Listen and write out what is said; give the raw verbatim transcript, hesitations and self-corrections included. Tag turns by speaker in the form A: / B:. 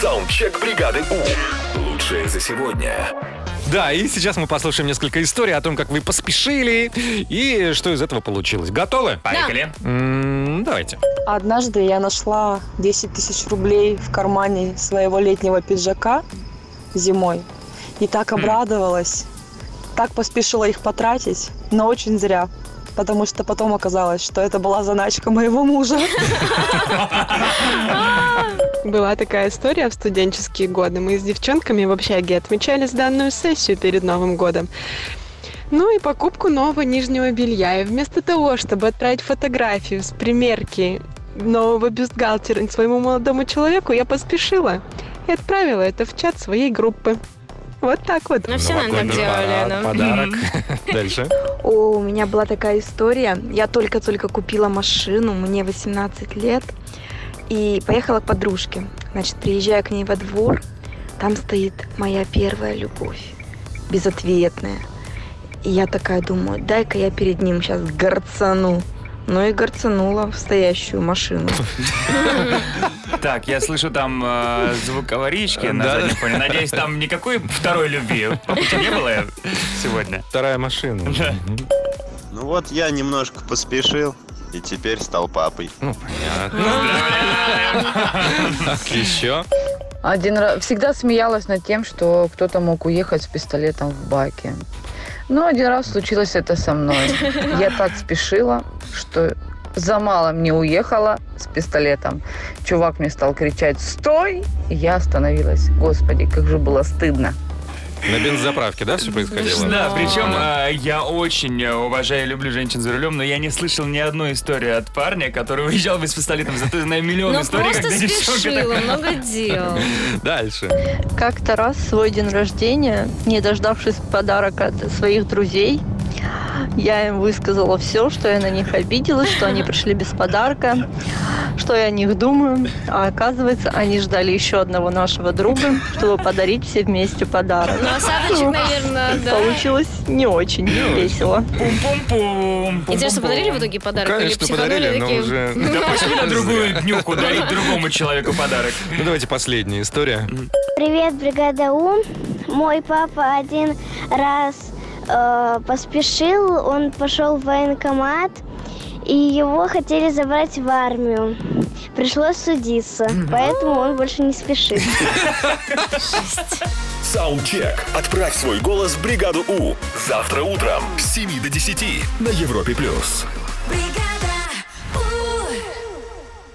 A: Саундчек бригады У. Лучшее за сегодня.
B: Да, и сейчас мы послушаем несколько историй о том, как вы поспешили и что из этого получилось. Готовы?
C: Поехали.
B: М-м, давайте.
D: Однажды я нашла десять тысяч рублей в кармане своего летнего пиджака зимой. И так обрадовалась. Так поспешила их потратить, но очень зря. Потому что потом оказалось, что это была заначка моего мужа.
E: Была такая история в студенческие годы. Мы с девчонками в общаге отмечали сданную сессию перед Новым годом. Ну и покупку нового нижнего белья. И вместо того, чтобы отправить фотографию с примерки нового бюстгальтера своему молодому человеку, я поспешила и отправила это в чат своей группы. Вот так вот.
C: Ну все, наверное, так делали. да.
B: Подарок. Дальше.
F: О, у меня была такая история. Я только-только купила машину, мне восемнадцать лет, и поехала к подружке. Значит, приезжаю к ней во двор, там стоит моя первая любовь, безответная. И я такая думаю, дай-ка я перед ним сейчас горцану. Ну и горцанула в стоящую машину.
C: Так, я слышу там э, звук аварийки на заднем фоне. Надеюсь, там никакой второй любви по пути не было сегодня.
B: Вторая машина.
G: Ну вот я немножко поспешил и теперь стал папой.
B: Ну, понятно. Еще?
H: Один раз всегда смеялась над тем, что кто-то мог уехать с пистолетом в баке. Но один раз случилось это со мной. Я так спешила, что за малым не уехала с пистолетом. Чувак мне стал кричать «Стой!» И я остановилась. Господи, как же было стыдно.
B: На бензозаправке, да, все происходило?
C: Да, причем э, я очень уважаю и люблю женщин за рулем, но я не слышал ни одной истории от парня, который уезжал без пистолета. Зато я знаю миллион
I: Ну
C: историй,
I: просто
C: когда девчонка
I: спешила,
C: так...
I: много дел.
B: Дальше.
J: Как-то раз в свой день рождения, не дождавшись подарка от своих друзей, я им высказала все, что я на них обиделась, что они пришли без подарка, что я о них думаю. А оказывается, они ждали еще одного нашего друга, чтобы подарить все вместе подарок.
I: Ну, осадочек, наверное, да.
J: Получилось не очень весело.
C: Пум-пум-пум.
I: Интересно, подарили в итоге подарок?
B: Конечно,
I: или психанули
B: подарили, но
I: такие?
B: уже...
C: Да пошли на другую днюху дарить другому человеку подарок.
B: Ну, давайте последняя история.
K: Привет, бригада У. Мой папа один раз э, поспешил, он пошел в военкомат, и его хотели забрать в армию. Пришлось судиться, поэтому он больше не спешит.
A: Саундчек. Отправь свой голос в бригаду У. Завтра утром с семи до десяти на Европе плюс.
L: Бригада!